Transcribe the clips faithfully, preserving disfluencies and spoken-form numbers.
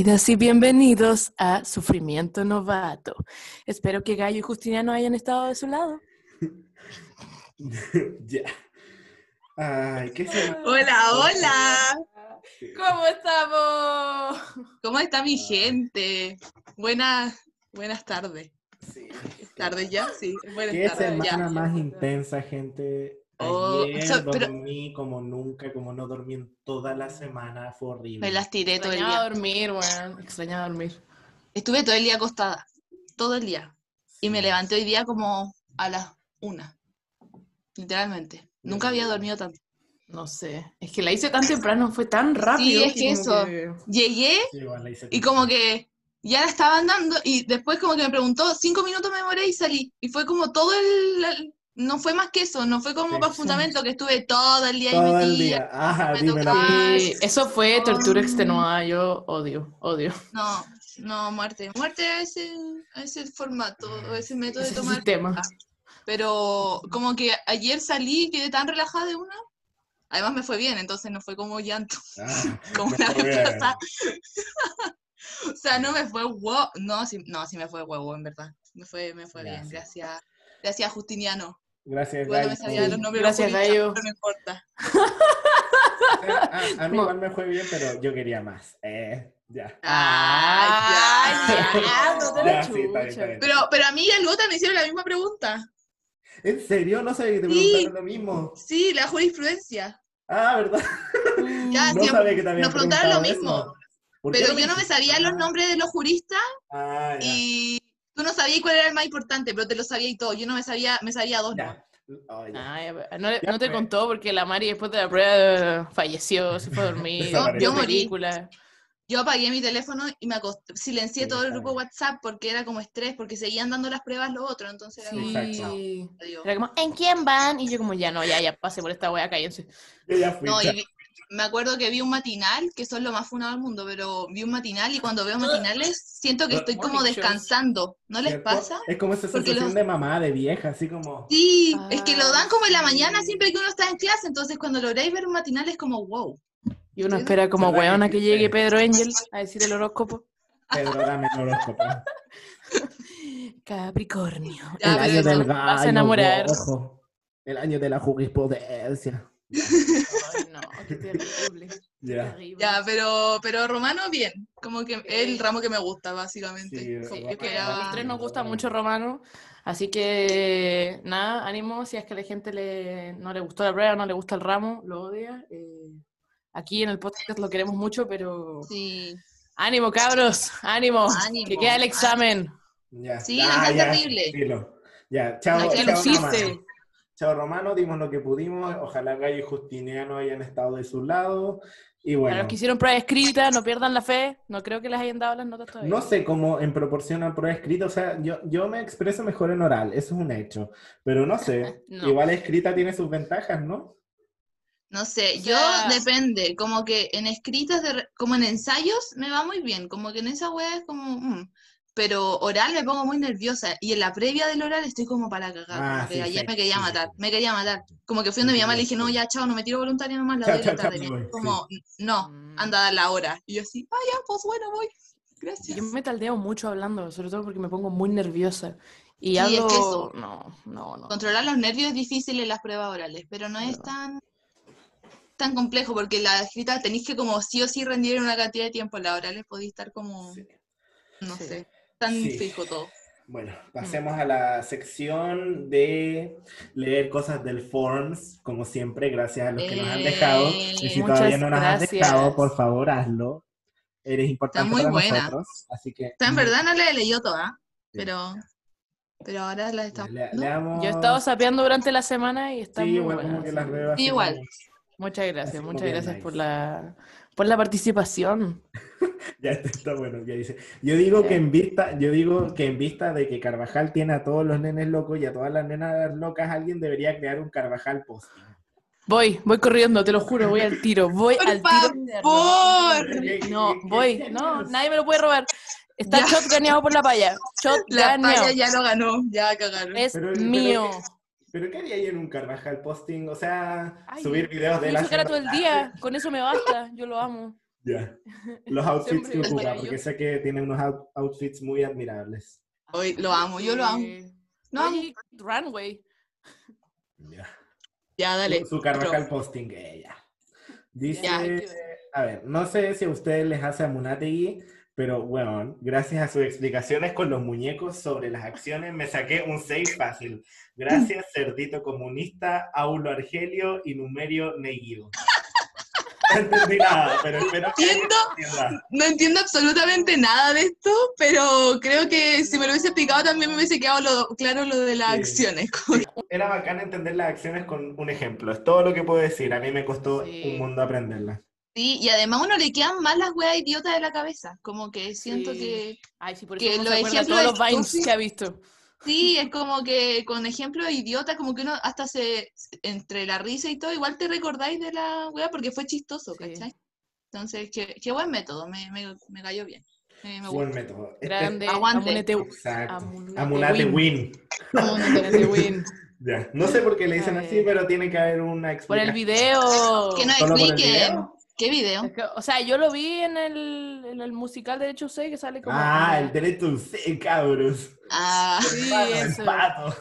Bienvenidas y bienvenidos a Sufrimiento Novato. Espero que Gallo y Justiniano hayan estado de su lado. Ya. Ay, ¿qué se llama? Hola, hola. ¿Cómo estamos? ¿Cómo está mi gente? Buenas, buenas tardes. Sí. ¿Es tarde ya? Sí, buenas Qué tardes. semana Ya. más intensa, gente. Oh, Ayer so- pero- dormí como nunca, como no dormí en toda la semana, fue horrible. Me las tiré todo el Extrañaba día. dormir, weón. Extrañaba dormir. Estuve todo el día acostada. Todo el día. Y me Sí. levanté hoy día como a las una. Literalmente. Nunca había dormido tanto. No sé. Es que la hice tan temprano, fue tan rápido. Sí, es que como eso. que- Llegué Sí, igual la hice y temprano. como que ya la estaban dando y después como que me preguntó, cinco minutos me demoré y salí. Y fue como todo el... el- no fue más que eso, no fue como Sí. para fundamento que estuve todo el día ahí Todo el metida. día. Ajá, me dímelo. tocaba- Sí, eso fue tortura No. extenuada. Yo odio, odio. No, no, muerte. Muerte a ese, a ese formato, a ese método de Ese tomar. sistema. Pero como que ayer salí y quedé tan relajada de una. Además me fue bien, entonces no fue como llanto, Ah, como me la fue vez bien. pasada. O sea, no me fue wow. No, sí, no, sí me fue huevo, en verdad. Me fue, me fue Ya, bien. sí. Gracias, gracias Justiniano. Gracias, Igual no Gallo. me sabía los nombres Gracias, de los juristas, Gallo. pero no importa. O sea, a, a mí Como- igual me fue bien, pero yo quería más. Eh, ya. Ah, Ay, ya, no te la Ya, sí, está bien, está chucha. bien. Pero, pero a mí y al Gota me hicieron la misma pregunta. ¿En serio? No sabía que te Sí. preguntaron lo mismo. Sí, la jurisprudencia. Ah, ¿verdad? Ya, No sí, sabía que te habían nos preguntaron lo preguntado mismo. eso. ¿Por qué Pero no yo no me dijiste? sabía los Ah, nombres de los juristas Ah, ya. y tú no sabías cuál era el más importante, pero te lo sabía y todo. Yo no me sabía, me sabía dos nomás. Ya. Oh, ya. Ay, no, Ya, no te pues. contó porque la Mari después de la prueba falleció, se fue a dormir, Desapareció. vio Yo morí. películas. Yo apagué mi teléfono y me acosté, silencié Sí, todo el está grupo bien. WhatsApp porque era como estrés, porque seguían dando las pruebas los otros, entonces era como, Exacto. chao, Sí. adiós. Era como, ¿en quién van? Y yo como, ya no, ya, ya pasé por esta wea, cállense. Yo ya fui. No, chao. y vi- me acuerdo que vi un matinal, que son lo más funado del mundo, pero vi un matinal y cuando veo matinales siento que estoy como Morning shows. descansando. ¿No les ¿Cierto? pasa? Es como esa Porque sensación los... de mamá, de vieja, así como... Sí, es que lo Ay, dan como en la sí. mañana siempre que uno está en clase, entonces cuando lográis ver un matinal es como, wow. Y uno ¿Estoy espera como ¿Verdad que weona que llegue existe? Pedro Angel a decir el horóscopo. Pedro, dame el horóscopo. Capricornio. Ya, El pero año eso. del Vas a gallo enamorar. rojo. El año de la jurisprudencia. Ya. Ay, no, qué terrible. Qué Ya. terrible. Ya, pero, pero Romano bien, como que es el Sí. ramo que me gusta, básicamente. Sí, Como Sí, Romano, es que que a los ya- tres nos gusta Romano. mucho Romano, así que nada, ánimo, si es que a la gente le, no le gustó la prueba, no le gusta el ramo, lo odia. eh, aquí en el podcast lo queremos mucho, pero Sí, ánimo cabros, ánimo, ánimo. que queda el examen, Ya. Sí, no Ah, es tan ya. terrible. Dilo. Ya. No Chao, hay que es chao, lucirse. Romano. Chao, Romano. Dimos lo que pudimos. Ojalá Gallo y Justiniano hayan estado de su lado. Y Para los bueno, que hicieron prueba escrita, no pierdan la fe, no creo que les hayan dado las notas todavía. no sé cómo en proporción a prueba escrita, o sea, yo, yo me expreso mejor en oral, eso es un hecho. Pero no sé, No. igual escrita tiene sus ventajas, ¿no? No sé, O yo sea- depende, como que en escritas, de re- como en ensayos me va muy bien, como que en esa wea es como, mm, pero oral me pongo muy nerviosa y en la previa del oral estoy como para cagar, Ah, como que sí, ayer sí, me quería sí, sí, matar, sí. me quería matar, como que fui donde mi mamá le dije, no, Entiendo, ya, chao, no me tiro voluntaria nomás, la Chao, doy en la chao, chao, tarde, me y voy, como, no, Mm. anda a dar la hora, y yo así, ah, ya, pues bueno, voy, gracias. Yo me taldeo mucho hablando, sobre todo porque me pongo muy nerviosa. Y Sí, hablo... es que eso. No, no, no. Controlar los nervios es difícil en las pruebas orales, pero no es Claro. tan tan complejo porque la escrita tenéis que como sí o sí rendir en una cantidad de tiempo, en la orales podéis estar como, Sí. no Sí. sé, tan Sí. fijo todo. Bueno, pasemos a la sección de leer cosas del Forms, como siempre, gracias a los que nos han dejado. Eh, Y si Muchas todavía no nos has gracias. dejado, por favor, hazlo. Eres importante muy para buena. nosotros, así que... O sea, en verdad no la he leído toda, Sí. pero, pero ahora la Ya, estamos le- viendo. leamos... Yo he estado sapeando durante la semana y está Sí, muy igual buena. como que así las que veo así Sí, igual. como- Muchas gracias, así como muchas bien gracias nice. por la, por la participación. Ya está, está bueno, ya dice. Yo digo Ya. que en vista, yo digo que en vista de que Carvajal tiene a todos los nenes locos y a todas las nenas locas, alguien debería crear un Carvajal posting. Voy, voy corriendo, te lo juro, voy al tiro, voy ¡Por al tiro. externo. favor! ¿Qué- qué- No, qué- voy, qué no, más? nadie me lo puede robar. Está Ya. shotguneado por la paya. La paya Shotguneado. ya lo ganó, ya cagaron. Es Pero- pero mío. ¿Pero qué haría yo en un Carvajal posting? O sea, Ay, subir videos de subir él su cara haciendo todo el día, con eso me basta, yo lo amo. Ya. Los outfits que Siempre ocupa, maravilloso. porque sé que tiene unos out- outfits muy admirables. Hoy lo amo, yo lo amo. Eh, Lo amo. Project Runway. Ya. Ya, dale. Su, su Carvajal posting, ella. Dice, Ya, hay que ver. a ver, no sé si a ustedes les hace a Munategui, pero bueno, gracias a sus explicaciones con los muñecos sobre las acciones, me saqué un seis fácil. Gracias, Cerdito Comunista, Aulo Argelio y Numerio Neguido. No entendí nada, pero espero que Entiendo. entienda. No entiendo absolutamente nada de esto, pero creo que si me lo hubiese explicado también me hubiese quedado lo- claro lo de las Sí. acciones. como- Era bacán entender las acciones con un ejemplo. Es todo lo que puedo decir. A mí me costó Sí. un mundo aprenderlas. Sí, y además a uno le quedan más las weas idiotas de la cabeza. Como que siento Sí. que Ay, sí, por Que eso uno los se acuerda de ejemplos todos los Vines estúpidos- que ha visto. sí, es como que con ejemplos idiotas, como que uno hasta se, entre la risa y todo, igual te recordáis de la wea porque fue chistoso, Sí. ¿cachai? Entonces, qué, qué buen método, me, me, me cayó bien. Me, me Buen gusta. método. Este- Grande. Aguante. Amunete, Exacto. Amunete Amunate Win. Win. Amunete Win. Ya. No sé por qué le dicen A así, ver. pero tiene que haber una Por explicación. el video. Que nos ¿Solo por el expliquen. video? ¿Qué video? Es que, o sea, yo lo vi en el, en el musical de Derecho seis que sale como. Ah, el derecho C, cabros. Ah, Sí, Hermano, el eso. pato.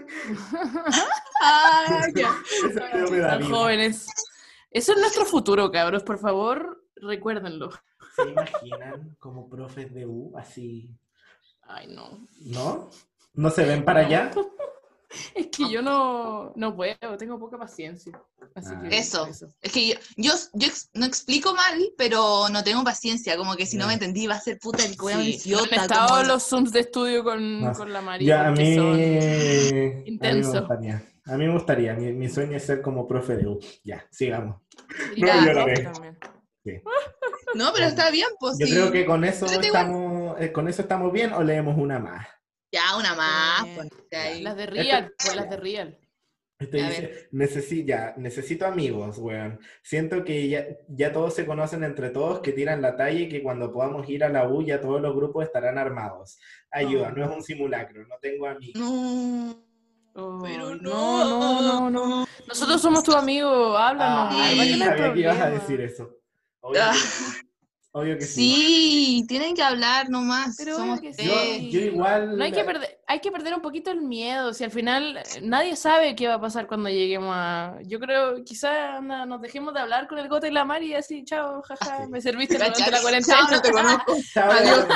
ah, ya. Ese video me da Tan vida. jóvenes. Eso es nuestro futuro, cabros. Por favor, recuérdenlo. ¿Se imaginan como profes de U así? Ay, no. ¿No? ¿No se ven para No. allá? Es que yo no, no puedo, tengo poca paciencia. Así Ah. que Eso. Es que yo, yo, yo ex- no explico mal, pero no tengo paciencia. Como que si no Ya. me entendí, va a ser puta el weón Sí, idiota. han estado como- los Zooms de estudio con, No. con la María. Ya, a porque mí, son a mí me intensos. gustaría. A mí me gustaría. Mi, mi sueño es ser como profe de U. Ya, sigamos. Ir No, a yo la profe veo. también. No, pero está bien, pues Yo sí. creo que con eso Pero te igual. estamos, eh, con eso estamos bien o leemos una más. Ya, una más. Eh, pues, ahí. Las de Real, pues las de Real. Este A dice, necesi- ya, necesito amigos, weón. Siento que ya, ya todos se conocen entre todos, que tiran la talla y que cuando podamos ir a la U ya todos los grupos estarán armados. Ayuda, Oh. no es un simulacro, no tengo amigos. No. Ay, Pero no, no, no, no. no. Nosotros somos tu amigo, háblanos. Ah, ¿verdad que sí, no hay sabía que ibas a problema? decir eso. Obvio Ah. que sí. Obvio que sí. Sí, tienen que hablar nomás. Pero Somos obvio que Yo, sí. yo igual... No hay que perder, hay que perder un poquito el miedo, si al final eh, nadie sabe qué va a pasar cuando lleguemos a... Yo creo, quizá anda, nos dejemos de hablar con el Gota y la Mari y así, chao, jaja, Sí. me serviste Chao, durante la cuarentena. chao, no te conozco. Chao, Adiós.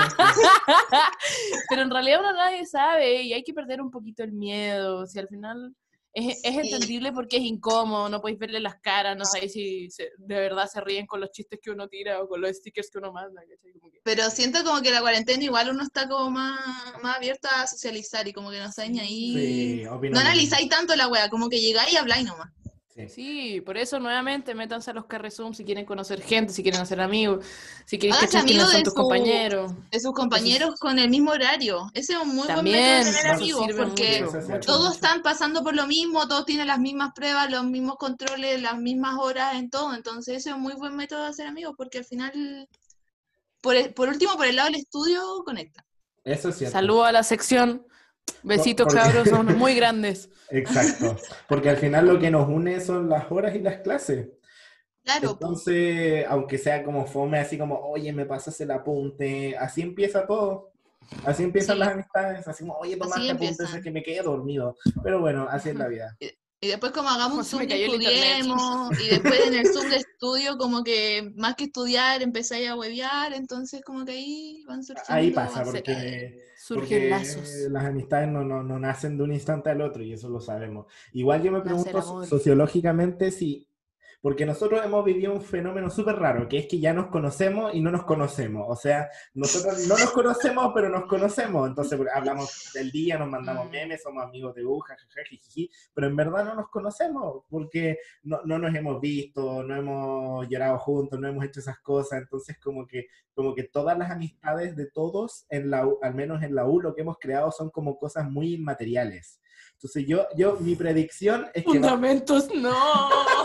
Pero en realidad uno nadie sabe y hay que perder un poquito el miedo, si al final es, es Sí. entendible porque es incómodo, no podéis verle las caras, no sabéis si se- de verdad se ríen con los chistes que uno tira o con los stickers que uno manda, ¿cachai? Como que- Pero siento como que la cuarentena igual uno está como más, más abierto a socializar y como que no estáis ni ahí. Sí, opino No lo analizáis tanto la wea, como que llegáis y habláis nomás. mismo. Sí. Sí, por eso nuevamente métanse a los carrezoom si quieren conocer gente, si quieren hacer amigos, si quieren Háganse cachar quiénes amigos son de tus su- compañeros. De sus compañeros con el mismo horario. Ese es un muy También, buen método de tener eso amigos, sirve porque mucho, mucho, eso mucho, todos mucho. están pasando por lo mismo, todos tienen las mismas pruebas, los mismos controles, las mismas horas en todo. Entonces ese es un muy buen método de hacer amigos, porque al final, por, el- por último, por el lado del estudio, conecta. Eso es cierto. Saludos a la sección. Besitos, Porque- cabros, son muy grandes. Exacto. Porque al final lo que nos une son las horas y las clases. Claro, po. Entonces, aunque sea como fome, así como, oye, me pasas el apunte, así empieza todo. Así empiezan Sí. las amistades, así como, oye, tomaste Así apuntes, empiezan. es que me quedé dormido. Pero bueno, así es la vida. Y después como hagamos un Se me Zoom y cayó el internet. estudiemos, y después en el Zoom de estudio como que más que estudiar empezáis a huevear, entonces como que ahí van surgiendo... Ahí pasa, van- porque, Surgen porque lazos. las amistades no, no, no nacen de un instante al otro, y eso lo sabemos. Igual yo me Nace pregunto el amor. sociológicamente si... Porque nosotros hemos vivido un fenómeno súper raro, que es que ya nos conocemos y no nos conocemos. O sea, nosotros no nos conocemos, pero nos conocemos. Entonces hablamos del día, nos mandamos Mm. memes, somos amigos de U, jajaja, jijiji, pero en verdad no nos conocemos, porque no, no nos hemos visto, no hemos llorado juntos, no hemos hecho esas cosas. Entonces como que, como que todas las amistades de todos, en la U, al menos en la U, lo que hemos creado son como cosas muy inmateriales. Entonces yo, yo mi predicción es que... va- Fundamentos, no.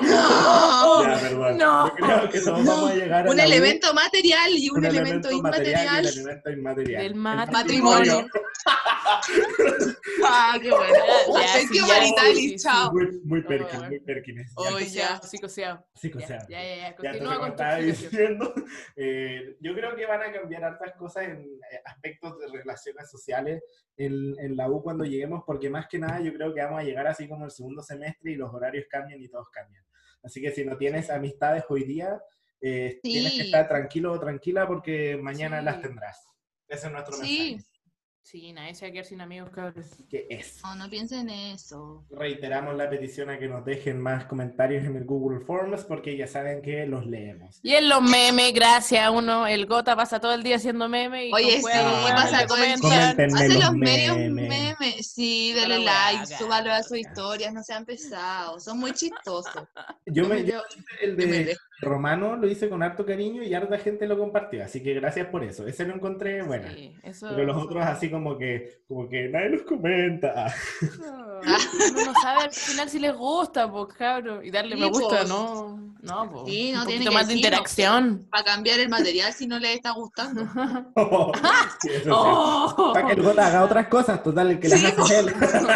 ¡No! Ya, perdón. No. Yo creo que todos vamos a llegar a Un la U, elemento material y un, un elemento elemento material y inmaterial. un elemento inmaterial. Del El mat- matrimonio. Ah, qué bueno. Ya, ya, Thank sí, you, ya, Maritali, sí, sí, chao. Muy, muy Oh, Perkins, bueno. muy Perkins. Oh, Ya, ya. Psicoseado, psicoseado. sí, Ya, coseado. ya, ya, ya. Ya, Continúa entonces, como con tu estaba explicación. diciendo, eh, yo creo que van a cambiar hartas cosas en eh, aspectos de relaciones sociales en, en la U cuando lleguemos, porque más que nada yo creo que vamos a llegar así como el segundo semestre y los horarios cambian y todos cambian. Así que si no tienes Sí. amistades hoy día, eh, tienes que Sí, estar tranquilo o tranquila porque mañana Sí. las tendrás. Ese es nuestro sí. mensaje. Sí, nadie se va a quedar sin amigos, cabros. ¿Qué es? No, no piensen en eso. Reiteramos la petición a que nos dejen más comentarios en el Google Forms porque ya saben que los leemos. Y en los memes, gracias a uno, el Gota pasa todo el día haciendo memes y Oye, con cueva, sí, con weones pasa le todo el día. comentan. Coméntenme Hace los los medios memes. memes. Sí, Toda denle la weá, like, acá. súbalo a sus historias, no sean pesados. Son muy chistosos. Yo Yo me, me yo leo, el yo me de leo. Romano lo hice con harto cariño y harta gente lo compartió, así que gracias por eso. Ese lo encontré buena. Sí, eso. Pero los eso- otros así como que, como que nadie los comenta. No, Ah. uno no sabe al final si les gusta, pues, cabros. Y darle Sí, me gusta, pues. no. No, pues. Sí, no Un tiene poquito que más de decirlo. interacción. Para cambiar el material si no les está gustando. Sí, eso es cierto. Oh. Para que el Gota haga otras cosas, total, el que las Sí, hace es él.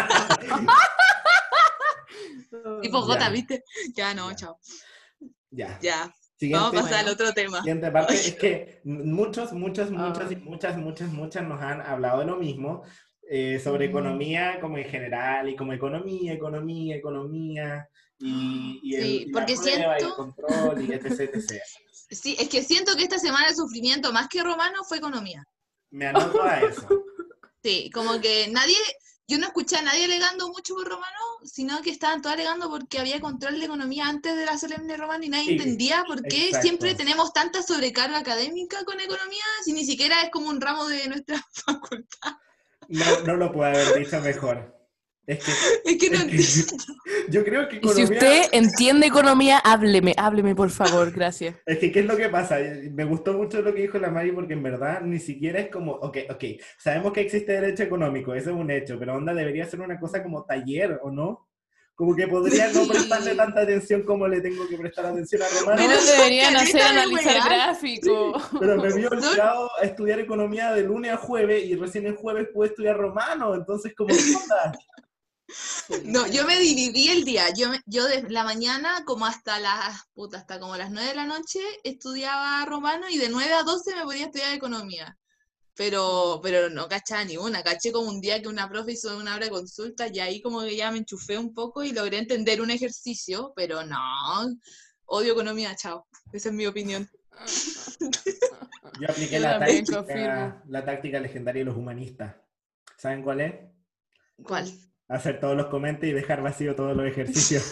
Tipo Ya. Jota, ¿viste? Ya no, Ya. chao. Ya. Ya. Siguiente, Vamos a pasar al bueno. otro tema. Siguiente parte es que muchos, muchos, muchos y Ah. muchas, muchas, muchas nos han hablado de lo mismo, eh, sobre Mm. economía como en general y como economía, economía, economía y, y, el, Sí, y la porque prueba y el siento, control y etc, etcétera. sí, es que siento que esta semana el sufrimiento más que romano fue economía. Me anoto a eso. Sí, como que nadie, yo no escuché a nadie alegando mucho por romano, sino que estaban todos alegando porque había control de economía antes de la solemne romana y nadie Sí, entendía por qué exacto. siempre tenemos tanta sobrecarga académica con economía si ni siquiera es como un ramo de nuestra facultad. No, no lo puedo haber dicho mejor. Es que, Es que no es que entiendo. yo creo que Y si economía... usted entiende economía, hábleme, hábleme, por favor, gracias. Es que, ¿qué es lo que pasa? Me gustó mucho lo que dijo la Mari porque en verdad ni siquiera es como, ok, ok, sabemos que existe derecho económico, eso es un hecho, pero onda debería ser una cosa como taller, ¿o no? Como que podría no prestarle Sí. tanta atención como le tengo que prestar atención a No Romano, Pero son deberían hacer caletas de analizar weá. gráficos. pero me vi No, obligado a estudiar economía de lunes a jueves y recién el jueves pude estudiar Romano, entonces como, ¿qué onda? no, yo me dividí el día. Yo, me- yo de la mañana como hasta las, puta, hasta como las nueve de la noche estudiaba romano y de nueve a doce me podía estudiar economía. Pero, pero no cachaba ni una. Caché como un día que una profe hizo una hora de consulta y ahí como que ya me enchufé un poco y logré entender un ejercicio, pero no. Odio economía, chao. Esa es mi opinión. Yo apliqué Yo la también táctica, confirmo. la táctica legendaria de los humanistas. ¿Saben cuál es? ¿Cuál? Hacer todos los comentarios y dejar vacío todos los ejercicios.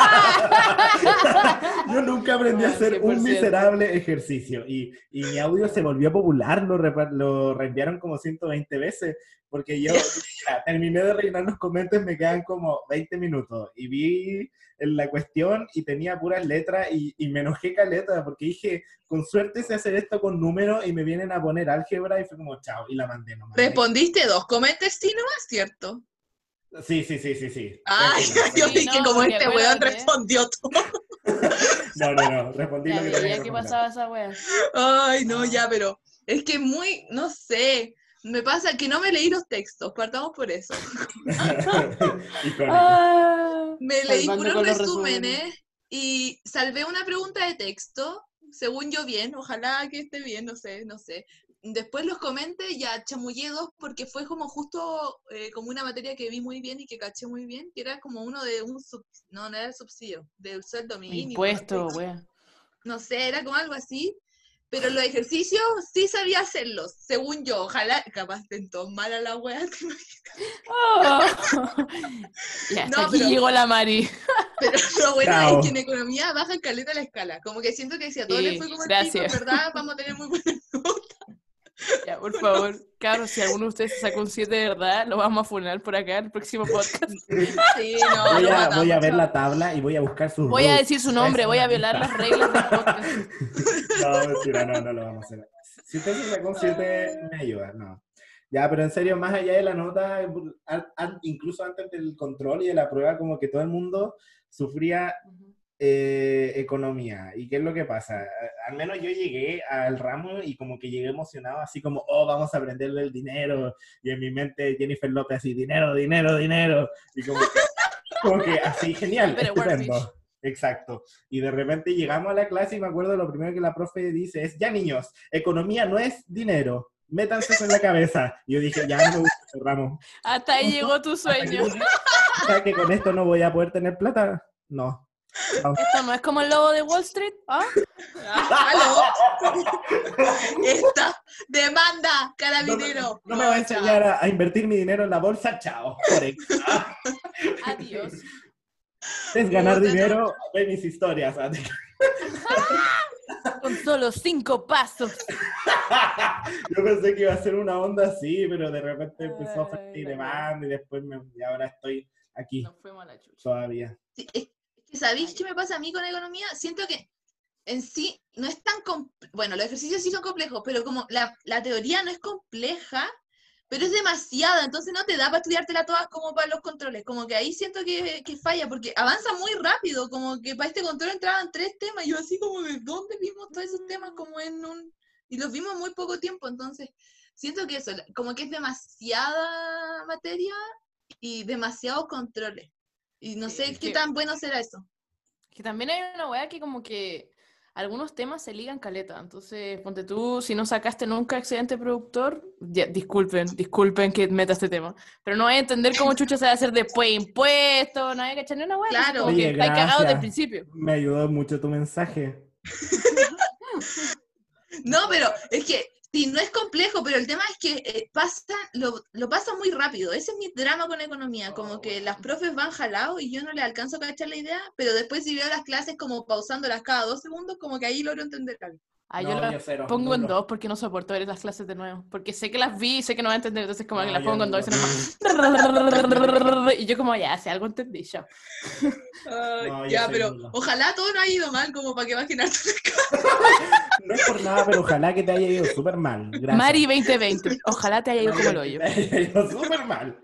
Yo nunca aprendí a Ah, hacer cien por un ciento. miserable ejercicio y, y mi audio se volvió popular, lo, repa- lo reenviaron como ciento veinte veces, porque yo ya, terminé de rellenar los comentarios, me quedan como veinte minutos y vi en la cuestión y tenía puras letras y, y me enojé caleta porque dije, con suerte se hace esto con números y me vienen a poner álgebra y fue como chao y la mandé nomás. Respondiste dos. Comentes sí nomás, ¿cierto? Sí, sí, sí, sí, sí. Ay, Tranquilo, yo Sí, dije no, como porque este weón acuérdate. respondió todo. No, no, no, respondí Ya lo que veía tenía que que responder. pasaba esa wea. Ay, no, No. ya, pero es que muy, no sé, me pasa que no me leí los textos, partamos por eso. Icónico. Ah, Me leí salvando puros con los resúmenes y salvé una pregunta de texto, según yo bien, ojalá que esté bien, no sé, no sé. Después los comenté, ya chamullé dos porque fue como justo eh, como una materia que vi muy bien y que caché muy bien, que era como uno de un, sub, no, no era el subsidio, del sueldo mínimo. Impuesto, no sé, wea. no sé, era como algo así. Pero los ejercicios sí sabía hacerlos, según yo. Ojalá, capaz estén todos mal a la wea. Oh. Y hasta No, aquí pero- llegó la Mari. Pero lo bueno Chao. es que en economía baja caleta la escala. Como que siento que si a todos les Sí, fue como el gracias. pico, en verdad, vamos a tener muy buena nota. Ya, por favor, cabros, si alguno de ustedes se sacó un siete de verdad, lo vamos a funar por acá en el próximo podcast. Sí, no, Voy lo a, matamos. voy a ver chao. la tabla y voy a buscar sus Voy a roots. decir su nombre, Es voy a una violar lista. las reglas del podcast. No, mentira, no, no lo vamos a hacer. Si usted se sacó un siete, me ayuda, no. Ya, pero en serio, más allá de la nota, a- a- incluso antes del control y de la prueba, como que todo el mundo sufría eh, economía. ¿Y qué es lo que pasa? Al menos yo llegué al ramo y como que llegué emocionado, así como, oh, vamos a aprenderle el dinero. Y en mi mente Jennifer López así, dinero, dinero, dinero. Y como que, como que así, genial, estupendo. Exacto. Y de repente llegamos a la clase y me acuerdo lo primero que la profe dice es, ya niños, economía no es dinero. Métanse eso en la cabeza. Y yo dije, ya no me gusta ese ramo. Hasta ahí llegó tu sueño. O sea, que con esto no voy a poder tener plata. No. No. Esto no es como el logo de Wall Street, ¿ah? ¡Aló! Esta demanda, carabinero. No, me- no me va a enseñar a, a invertir mi dinero en la bolsa. Chao. Por ahí. Adiós. Es ganar dinero. Ve mis historias. Con solo cinco pasos. Yo pensé que iba a ser una onda así, pero de repente empezó a Ay, ofrecer la demanda y después me, y ahora estoy aquí Nos fuimos a la chucha. todavía. Sí, es que, ¿sabéis qué me pasa a mí con economía? Siento que en sí no es tan complejo. Bueno, los ejercicios sí son complejos, pero como la, la teoría no es compleja, pero es demasiada, entonces no te da para estudiártela todas como para los controles. Como que ahí siento que, que falla, porque avanza muy rápido, como que para este control entraban tres temas, y yo así como, ¿de dónde vimos todos esos temas? Como en un... Y los vimos muy poco tiempo, entonces siento que eso, como que es demasiada materia y demasiados controles. Y no sé Es qué que- tan bueno será eso. Que también hay una weá que como que algunos temas se ligan caleta. Entonces, ponte tú, si no sacaste nunca excedente productor, ya, disculpen, disculpen que meta este tema. Pero no hay a entender cómo chucha se va a hacer después impuestos, no hay que echar ni una weá. Claro. Entonces, como Oye, que estáis cagados gracias. del principio. Me ayudó mucho tu mensaje. No, pero es que sí, no es complejo, pero el tema es que eh, pasa, lo, lo pasa muy rápido. Ese es mi drama con economía, como que las profes van jalados y yo no le alcanzo a cachar la idea, pero después si veo las clases como pausándolas cada dos segundos, como que ahí logro entender algo. Ah, No, yo las yo cero, pongo en nulo. dos porque no soporto ver las clases de nuevo. Porque sé que las vi y sé que no voy a entender, entonces como No, que las yo pongo en dos y nulo. son más... Y yo como, ya, si algo entendí, ya. Ay, No, yo ya, soy pero nulo. ojalá todo no haya ido mal como para que bajen harto las clases. No es por nada, pero ojalá que te haya ido súper mal. Gracias. Mari veinte veinte, ojalá te haya ido como el hoyo. Te haya ido súper mal.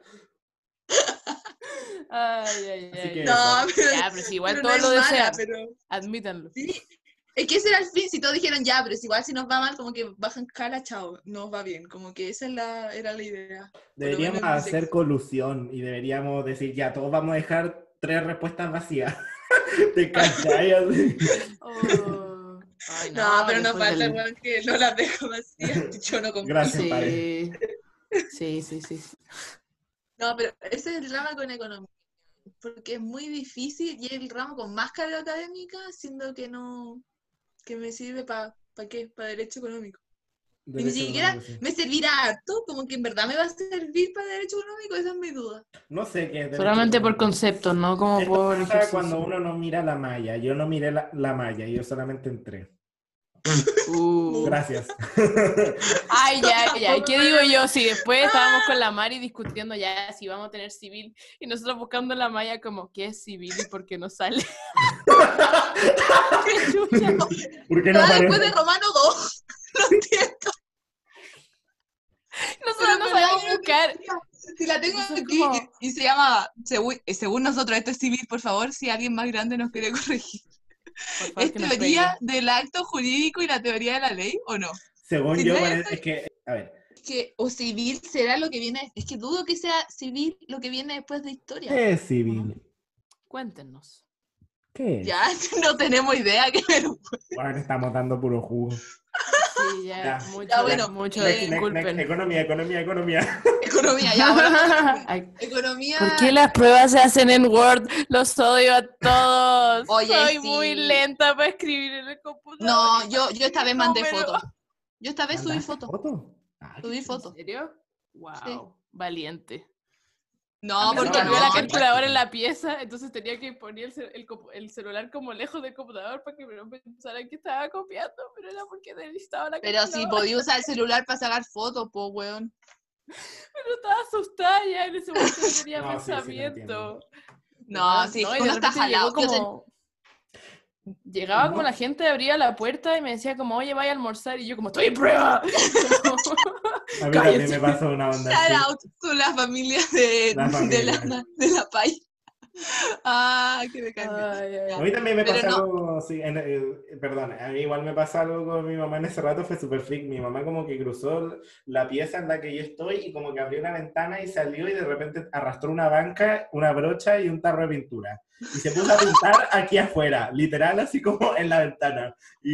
Ay, ay, Así ay. que- No, pero, Ya, pero si igual pero todos no lo es mala, desean, pero admítanlo. sí. Es que ese era el fin, si todos dijeron ya, pero si igual si nos va mal, como que bajan cala, chao, nos va bien, como que esa es la, era la idea. Por lo Deberíamos menos en mi hacer sección. colusión y deberíamos decir, ya, todos vamos a dejar tres respuestas vacías. ¿Te cachai? Así. Oh. Ay, No, pero no después falta, del- weón, que no las dejo vacías. Yo no confío. Gracias, Sí. padre. Sí, sí, sí. sí. No, pero ese es el drama con economía. Porque es muy difícil y es el ramo con más carga académica, siendo que no. Que me sirve para. ¿Para qué? Para derecho económico. Y ni Derecho siquiera económico, sí. me servirá harto, como que en verdad me va a servir para derecho económico, esa es mi duda. No sé qué es derecho Solamente por económico. conceptos, no como Esto por pasa ejercicio. cuando uno no mira la malla. Yo no miré la, la malla, yo solamente entré. Uh. Gracias. Ay, ya, ya. ¿Y qué digo yo? Si después estábamos con la Mari discutiendo ya si vamos a tener civil y nosotros buscando en la malla como, ¿qué es civil y por qué no sale? ¡Qué chucha! ¿Por qué no Nada después aparece? de Romano dos. Lo entiendo. Nosotros Pero no en verdad sabemos yo no buscar. tenía- Si la tengo Eso es aquí como- y, y se llama, según, eh, según nosotros, esto es civil, por favor, si alguien más grande nos quiere corregir. Por favor, ¿Es que nos teoría pegue. del acto jurídico y la teoría de la ley o no? Según Si yo, no es parece es que, a ver, Es que, o civil será lo que viene, es que dudo que sea civil lo que viene después de historia. ¿qué es civil? Cuéntenos. ¿Qué es? Ya, no tenemos idea qué ver. Bueno, estamos dando puro jugo. Sí, ya, Ya. mucho, Ya, bueno, mucho, eh, Next, next, disculpen. next. Economía, economía, economía. Economía, ya, bueno. Ay, Economía. ¿por qué las pruebas se hacen en Word? Los odio a todos. Oye, Soy muy sí. lenta para escribir en el computador. No, yo, yo esta vez mandé Número. fotos. Yo esta vez subí ¿Mandaste fotos. foto? Ah, qué Subí chulo. fotos. ¿En serio? Wow, Sí. valiente. No, A mí se porque me no, olvidó la no. calculadora en la pieza, entonces tenía que poner el, ce- el compu- el celular como lejos del computador para que no pensaran que estaba copiando, pero era porque necesitaba la Pero si calculadora. podía usar el celular para sacar fotos, pues, weón. Pero estaba asustada ya, en ese momento no tenía No, sí, sí, te pensamiento. entiendo. No, sí, y de uno está repente jalado. llegó Yo ten- como- Llegaba como No. la gente, abría la puerta y me decía como, oye, vaya a almorzar, y yo como, ¡estoy en prueba! A mí Cállate. también me pasó una onda Shout así. out to la familia de La de familia. la, de la Pai. Ah, que me cae bien. Ay, ay. A mí también me Pero pasa no. algo, sí, en- eh, perdón, a mí igual me pasa algo con mi mamá en ese rato, fue súper freak. Mi mamá como que cruzó la pieza en la que yo estoy y como que abrió una ventana y salió y de repente arrastró una banca, una brocha y un tarro de pintura. Y se puso a pintar aquí afuera, literal, así como en la ventana.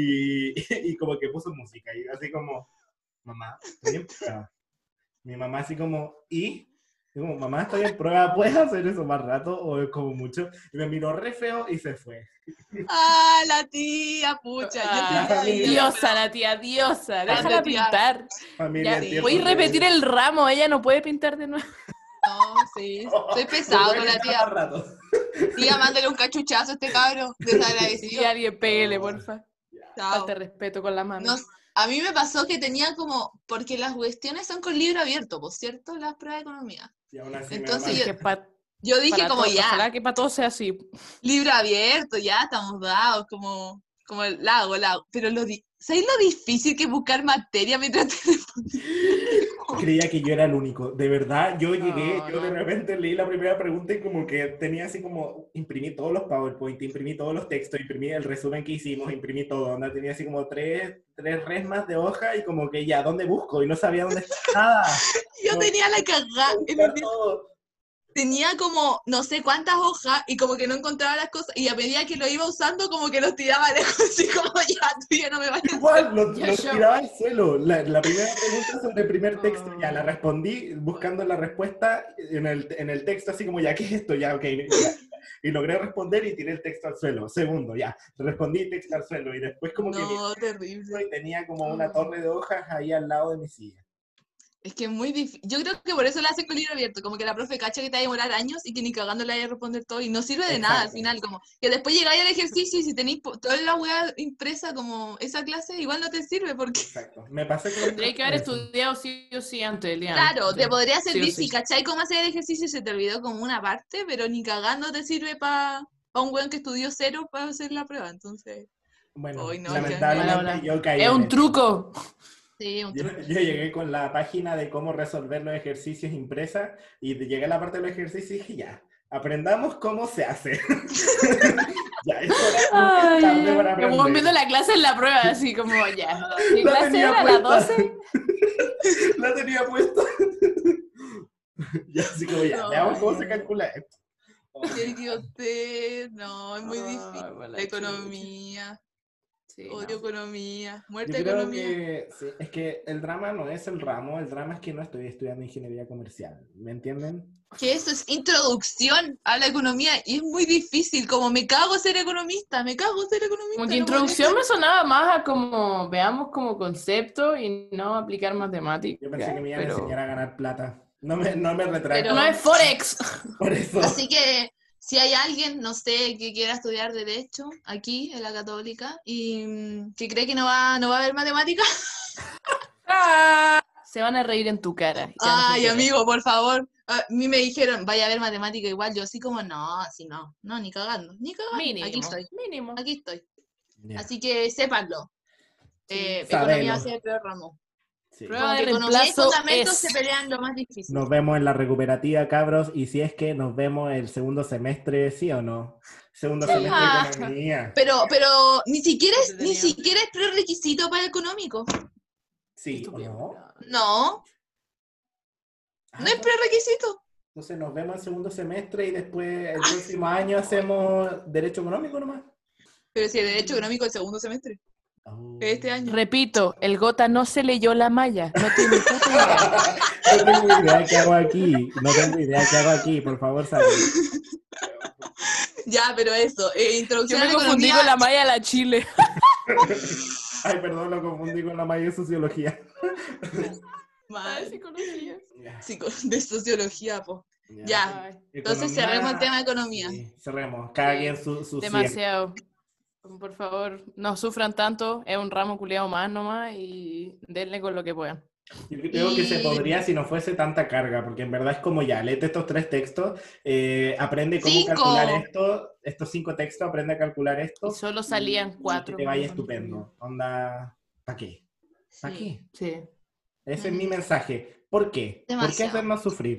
Y, y como que puso música y así como, mamá, estoy en prueba. Mi mamá así como, ¿y? Y como, mamá, estoy en prueba, ¿puedes hacer eso más rato? O es como mucho. Y me miró re feo y se fue. Ah, la tía, pucha. Yo Ah, La tenía ahí, familia. diosa la tía, diosa. Grande Déjala tía. pintar. Familia Ya, en tiempos ¿puedes de- repetir el ramo? Ella no puede pintar de nuevo. No, sí. Estoy No pesado puede con la pintar tía. más rato. Tía, mándale un cachuchazo a este cabro. Sí, Desagradecido. alguien pégale, Oh, porfa. Chao. Falta de respeto con la mami. No, a mí me pasó que tenía como, porque las cuestiones son con libro abierto, por cierto, las pruebas de economía. Y aún así Entonces me Es yo, que pa- yo dije para como todo- ya, Ojalá que para todos sea así. libro abierto, ya estamos dados, como, como el lago, lago. Pero lo di- ¿sabéis lo difícil que es buscar materia mientras te respondía? creía que yo era el único. De verdad, yo llegué, No, yo de no. repente leí la primera pregunta y como que tenía así como, imprimí todos los PowerPoint, imprimí todos los textos, imprimí el resumen que hicimos, imprimí todo. Onda, tenía así como tres, tres resmas de hoja y como que ya, ¿dónde busco? Y no sabía dónde estaba nada. Yo No, tenía la cagada, en buscar un día todo. tenía como no sé cuántas hojas y como que no encontraba las cosas y a medida que lo iba usando como que los tiraba lejos así como ya, tú ya no me vayas a Igual, lo, Ya, lo yo- tiraba al suelo. La, la primera pregunta sobre el primer texto, ya la Oh. respondí buscando la respuesta en el, en el texto, así como, ya, ¿qué es esto? Ya, ok. Ya. Y logré responder y tiré el texto al suelo. Segundo, ya, respondí texto al suelo. Y después como que vi No, el terrible. texto y tenía como una torre de hojas ahí al lado de mi silla. Es que es muy difícil. Yo creo que por eso la hacen con libro abierto. Como que la profe cacha que te va a demorar años y que ni cagando le vaya a responder todo. Y no sirve de nada al Exacto. final. Como que después llegáis al ejercicio y si tenéis po- toda la weá impresa como esa clase, igual no te sirve porque, Exacto. Me pasé con Tendría que haber eso. estudiado sí o sí antes, Elian. claro, te podría Sí o servir sí. si cachai cómo hacer el ejercicio y se te olvidó como una parte, pero ni cagando te sirve para un weón que estudió cero para hacer la prueba. Entonces, Bueno, hoy no, lamentablemente Hola, hola. yo caí Es en un eso. truco. sí, un Yo, truco. yo llegué con la página de cómo resolver los ejercicios impresa y llegué a la parte de los ejercicios y dije, ya, aprendamos cómo se hace. Ya, es hora, nunca es tarde para Como viendo aprender. la clase en la prueba, así como ya. ¿Qué La clase tenía era? ¿La puesta. doce? La tenía puesta. Ya, así como ya, No, veamos cómo se ay. calcula esto. Qué idiotez, no, es muy Ay, difícil. por la La economía, Sí, odio no. economía, Yo muerte creo economía. que sí, es que el drama no es el ramo, el drama es que no estoy estudiando ingeniería comercial, ¿me entienden? Que eso es introducción a la economía y es muy difícil, como me cago ser economista, me cago ser economista. Como que no podría introducción ser. me sonaba más a como veamos como concepto y no aplicar matemáticas. Yo pensé que me iban a enseñar Pero a ganar plata. No me, no me retracto Pero- no es Forex. por eso. Así que si hay alguien, no sé, que quiera estudiar Derecho aquí en la Católica y mm, que cree que no va, no va a haber matemáticas, Se van a reír en tu cara. y te van a ay, hacer llorar. amigo, por favor. A mí me dijeron, vaya a ver matemática igual, yo así como, no, así no, no, ni cagando, ni cagando, Mínimo. aquí estoy, Mínimo. aquí estoy. Ya, Así que sépanlo, Sí. eh, Sabelo. economía va a ser el peor ramo. sí. Prueba Como de que economía y reemplazo fundamentos es. se pelean lo más difícil. Nos vemos en la recuperativa, cabros, y si es que nos vemos el segundo semestre, ¿sí o no? Segundo Sí. semestre de Ah. economía. Pero, pero ni siquiera es, ni Entretenido. siquiera es prerequisito para económico. Sí, ¿o Estúpido. no? No, Ah, no es prerequisito. entonces nos vemos el segundo semestre y después el próximo año hacemos derecho económico nomás. Pero si el derecho económico es el segundo semestre, Oh. este año. Repito, el Gota no se leyó la malla. No tiene puta idea. No tengo idea qué hago aquí. No tengo idea qué hago aquí, por favor, saben. Ya, pero eso, eh, Yo introducción me a la confundí economía. con la malla de la Chile. Ay, perdón, lo confundí con la mayor de sociología. Mal. psicología. Ya, Psico- de sociología, po. Ya. Ay, Entonces Economía, cerremos el tema de economía. sí, cerremos. Cada Sí, quien su, su cierre. demasiado. Por favor, no sufran tanto. Es un ramo culiado más nomás y denle con lo que puedan. Yo creo que se Y- podría si no fuese tanta carga, porque en verdad es como ya, léete estos tres textos, eh, aprende cómo Cinco. calcular esto, estos cinco textos, aprende a calcular esto. Y solo salían y cuatro. Que te vaya con contenido. estupendo. Onda, ¿para qué? ¿Para Sí. qué? Sí. Ese es Mm. mi mensaje. ¿Por qué? ¿Por qué Demasiado. hacernos sufrir?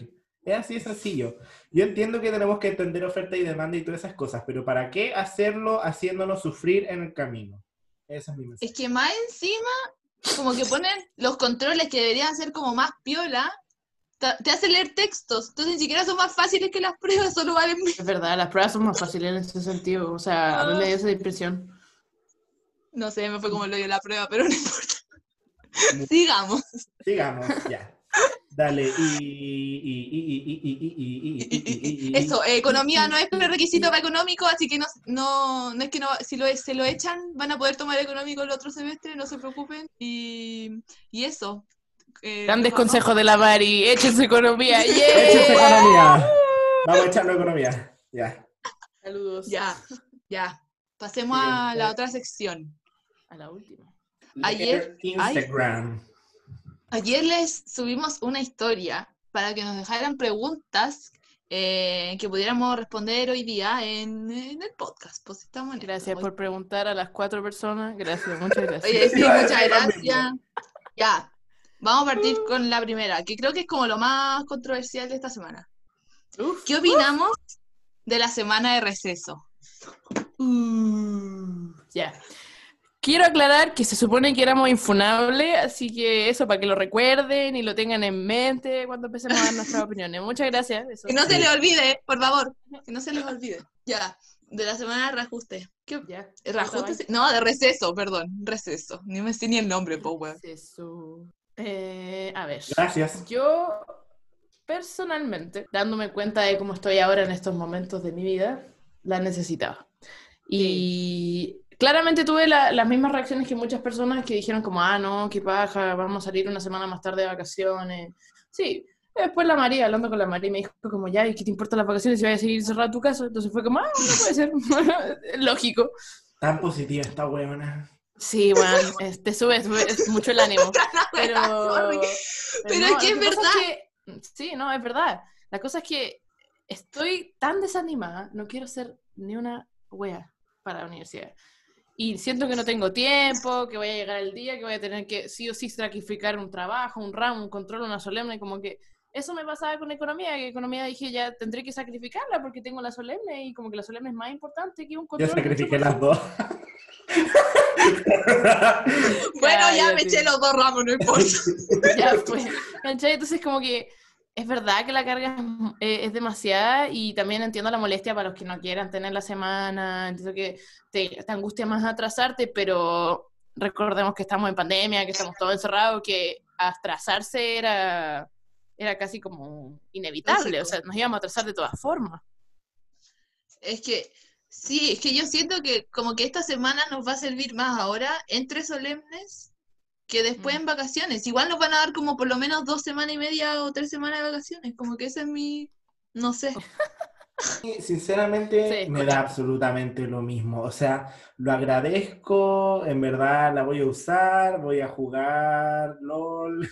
Es así de sencillo. Yo entiendo que tenemos que entender oferta y demanda y todas esas cosas, pero ¿para qué hacerlo haciéndonos sufrir en el camino? Ese es mi mensaje. Es que más encima, como que ponen los controles que deberían ser como más piola, te, te hacen leer textos, entonces ni siquiera son más fáciles que las pruebas, solo valen menos. Es verdad, las pruebas son más fáciles en ese sentido, o sea, a mí me dio esa impresión. No sé, me fue como lo dio la prueba, pero no importa. Sigamos. Sigamos, ya. Dale, y... y, y, y, y, y, y, y, y, y, Eso, eh, economía no es un requisito para económico, así que no, no, no es que no, si lo, se lo echan, van a poder tomar económico el otro semestre, no se preocupen. Y, y eso. Eh, Grandes vamos- consejos de la Mari, échense economía, Échense ¡yeah! economía. Vamos a echarlo economía. Ya. Saludos. Ya, ya. Pasemos a la otra sección. A la última. Ayer- Instagram. Ayer les subimos una historia para que nos dejaran preguntas eh, que pudiéramos responder hoy día en, en el podcast. Pues estamos en esto. Gracias Hoy- por preguntar a las cuatro personas. Gracias, muchas gracias. Oye, sí, Iba a muchas decir lo gracias. mismo. Ya, vamos a partir con la primera, que creo que es como lo más controversial de esta semana. Uf. ¿Qué opinamos de la semana de receso? Uh, ya. Quiero aclarar que se supone que éramos infunables, así que eso, para que lo recuerden y lo tengan en mente cuando empecemos a dar nuestras opiniones. Muchas gracias. Eso. Que no se Sí. les olvide, por favor, que no se les olvide. Ya, de la semana de reajuste. ¿Qué op- Ya. ¿Reajuste? sí? No, de receso, perdón, receso. Ni me sé ni el nombre, po, weón. Eso. Eh, a ver. Gracias. Yo, personalmente, dándome cuenta de cómo estoy ahora en estos momentos de mi vida, la necesitaba. Y claramente tuve la- las mismas reacciones que muchas personas que dijeron como, ah, no, qué paja, vamos a salir una semana más tarde de vacaciones. Sí, después la María, hablando con la María, me dijo como, ya, ¿y qué te importan las vacaciones si vas a seguir encerrado en tu casa? Entonces fue como, ah, no puede ser, lógico. Tan positiva esta huevona. Sí, bueno, es- te sube, sube mucho el ánimo. Pero, Sorry. Pero no, es que lo es pasa verdad. que- sí, no, es verdad. La cosa es que estoy tan desanimada, no quiero ser ni una wea para la universidad. Y siento que no tengo tiempo, que voy a llegar el día, que voy a tener que sí o sí sacrificar un trabajo, un ramo, un control, una solemne, como que eso me pasaba con economía, que economía dije ya tendré que sacrificarla porque tengo la solemne y como que la solemne es más importante que un Yo control. sacrifiqué de las dos. Bueno, ya Cállate. me eché los dos ramos, no importa. Ya fue. ¿Cachai? Entonces como que es verdad que la carga es, eh, es demasiada y también entiendo la molestia para los que no quieran tener la semana, entiendo que te, te angustia más atrasarte, pero recordemos que estamos en pandemia, que estamos todos encerrados, que atrasarse era, era casi como inevitable, Lógico. o sea, nos íbamos a atrasar de todas formas. Es que, sí, es que yo siento que como que esta semana nos va a servir más ahora entre solemnes que después Mm. en vacaciones. Igual nos van a dar como por lo menos dos semanas y media o tres semanas de vacaciones. Como que ese es mi, no sé. Sinceramente, Sí, me escucha. da absolutamente lo mismo. O sea, lo agradezco, en verdad la voy a usar, voy a jugar LOL,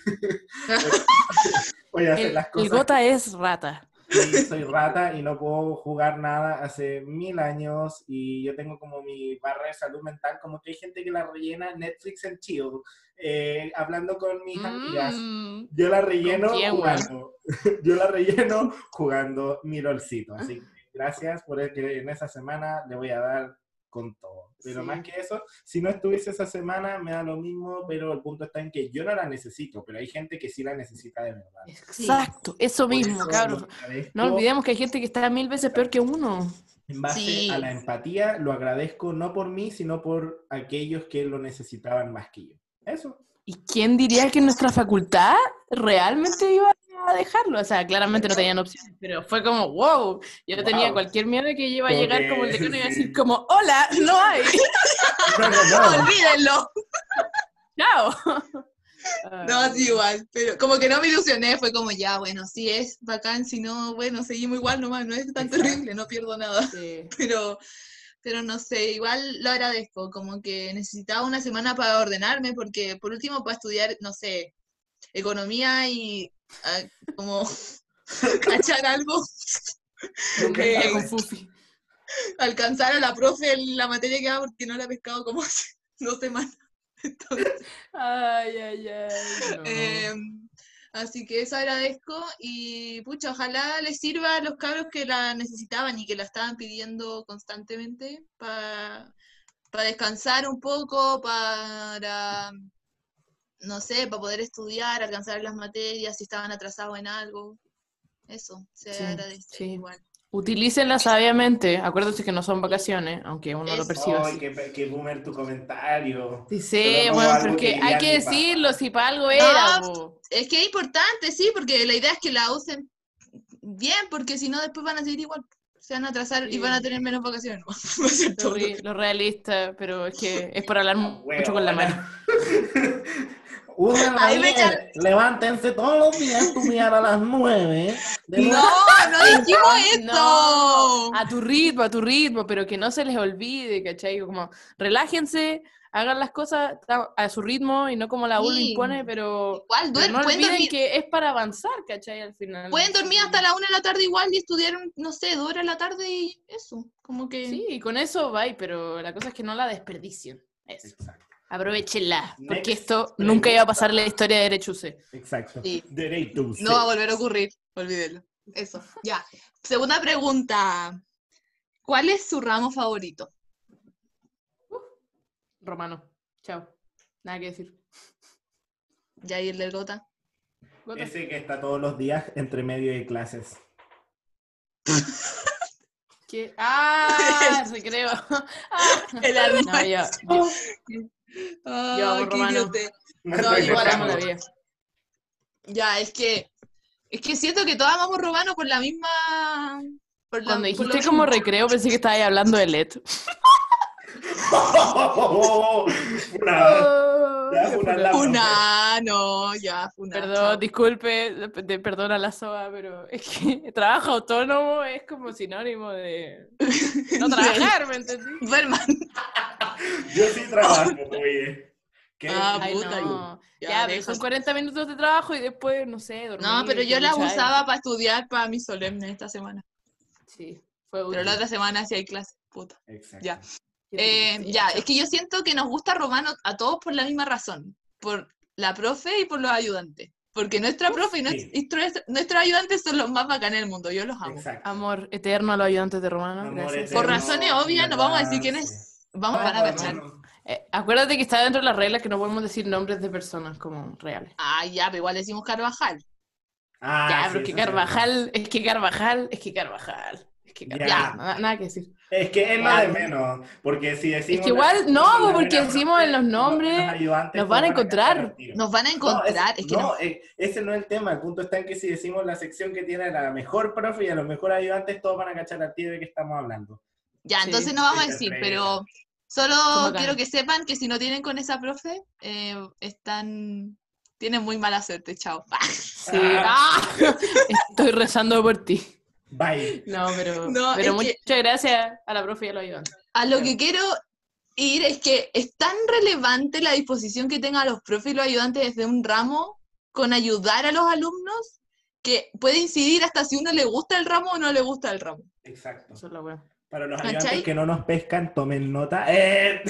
voy a hacer El, las el cosas. gota es rata. Sí, soy rata y no puedo jugar nada hace mil años y yo tengo como mi barra de salud mental, como que hay gente que la rellena Netflix and chill, eh, hablando con mis amigas. Mm. Yo la relleno ¿Con quién, jugando. Yo la relleno jugando mi LOLcito. Así que gracias por el que en esa semana le voy a dar con todo. Pero Sí. más que eso, si no estuviese esa semana, me da lo mismo, pero el punto está en que yo no la necesito, pero hay gente que sí la necesita de verdad. Exacto, eso Por mismo, eso cabros. lo agradezco. No olvidemos que hay gente que está mil veces peor que uno. En base Sí. a la empatía, lo agradezco no por mí, sino por aquellos que lo necesitaban más que yo. Eso. ¿Y quién diría que en nuestra facultad realmente iba a dejarlo? O sea, claramente no tenían opción, pero fue como, wow, yo Wow. tenía cualquier miedo de que iba a Como llegar que- como el decano y iba a sí. decir como, hola, no hay, No, no, no. Olvídenlo. chao. No, Ay, así igual. Pero como que no me ilusioné, fue como ya, bueno, sí es bacán, si no, bueno, seguimos igual nomás, no es tan Exacto. terrible, no pierdo nada. sí. Pero, pero no sé, igual lo agradezco, como que necesitaba una semana para ordenarme, porque por último para estudiar, no sé, economía y ah, como cachar algo, Con, Eh, con Fufi. alcanzar a la profe en la materia que va porque no la he pescado como hace dos semanas. Entonces, Ay, ay, ay. no. eh, Así que eso agradezco y pucha, ojalá les sirva a los cabros que la necesitaban y que la estaban pidiendo constantemente para descansar un poco, para, no sé, para poder estudiar, alcanzar las materias, si estaban atrasados en algo. Eso, se Sí, agradece sí. igual. Utilícenla sabiamente. Acuérdense que no son vacaciones, aunque uno lo Eso. perciba Ay, así. qué, qué boomer tu comentario. Sí, Sonó sí, como bueno, algo pero es que hay diría que mi papá. decirlo, si para algo era, po. Es que es importante, sí, porque la idea es que la usen bien, porque si no después van a seguir igual. Se van a atrasar y Sí. van a tener menos vacaciones. Va a ser Lo, todo lo ri- que- lo realista, pero es que es por hablar Ah, mucho con la Mari. huevona. Úsenla Ahí me bien. echan- Levántense todos los días a estudiar a las nueve. De No, nueve- no dijimos esto. No, a tu ritmo, a tu ritmo, pero que no se les olvide, ¿cachai? Como, relájense, hagan las cosas a, a su ritmo y no como la U lo Sí. impone, pero, Igual pero duer- no pueden olviden dormir, que es para avanzar, ¿cachai? Al final. pueden dormir hasta la una de la tarde igual y estudiar, no sé, dos horas de la tarde y eso. Como que. Sí, y con eso va, pero la cosa es que no la desperdicien. Eso. Exacto. Aprovechenla, porque Next esto pregunta. nunca iba a pasar en la historia de Derecho U C. Exacto. Sí. Derecho. No va a volver a ocurrir, olvídelo. Eso, ya. Segunda pregunta. ¿Cuál es su ramo favorito? Romano. Chao. Nada que decir. Ya y el del Gota. Gota. Ese que está todos los días entre medio de clases. ¿Qué? ¡Ah! Se creo. Ah. El No, yo, yo, Ah, yo amo qué Romano. idiote. Me No, estoy igual amo dejando. la vida. Ya, es que es que siento que todos amamos Romano por la misma por la, Cuando por lo dijiste como mismo. recreo pensé que estabas hablando de L E D. Una- ya, una laptop. Una, no, ya, una. Perdón, chao. disculpe, de- de- perdona la soga, pero es que trabajo autónomo es como sinónimo de no trabajar, ¿me entendí? Duerman. Yo sí trabajo, oye. ¿Qué? Ah, Ay, puta, no. ya, Ya, pero deja. son cuarenta minutos de trabajo y después, no sé, dormir. No, pero yo te la duchar. usaba para estudiar para mi solemne esta semana. Sí, fue Pero útil. la otra semana sí hay clase, puta. Exacto. Ya. Qué Eh, triste, ya, chao. es que yo siento que nos gusta Romano a todos por la misma razón, por la profe y por los ayudantes. Porque nuestra profe y sí. nuestros, nuestros ayudantes son los más bacanes del mundo, yo los amo. Exacto. Amor eterno a los ayudantes de Romano. Amor Gracias. Por eterno, razones obvias, no vamos a decir ¿verdad? quiénes vamos, Sí. van a No, cachar. no, no. Eh, acuérdate que está dentro de las reglas que no podemos decir nombres de personas como reales. Ah, ya, pero igual decimos Carvajal. Ah, ya, sí, pero es que eso es Carvajal, es que Carvajal, es que Carvajal, es que Carvajal. Ya. Nada, nada que decir. Es que es lo Ya. de menos, porque si decimos... Es que igual, la- no, la porque buena decimos profe, en los nombres, los ayudantes, nos van a todos cachar encontrar. al tiro. Nos van a No, encontrar, es- es que no, no. eh, ese no es el tema, el punto está en que si decimos la sección que tiene a la mejor profe y a los mejores ayudantes, todos van a cachar al tiro de que estamos hablando. Ya, Sí, entonces no vamos a se decir, interpreta. pero solo Son bacanes. quiero que sepan que si no tienen con esa profe, eh, están... tienen muy mala suerte, chao. Sí. ¡Ah! Estoy rezando por ti. Bye. No, pero, No, pero es muchas que- gracias a la profe y a los ayudantes. A lo Ya. que quiero ir es que es tan relevante la disposición que tengan los profes y los ayudantes desde un ramo con ayudar a los alumnos que puede incidir hasta si uno le gusta el ramo o no le gusta el ramo. Exacto. Eso es la wea. Para los ¿Cachai? ayudantes que no nos pescan, tomen nota. ¡Eh!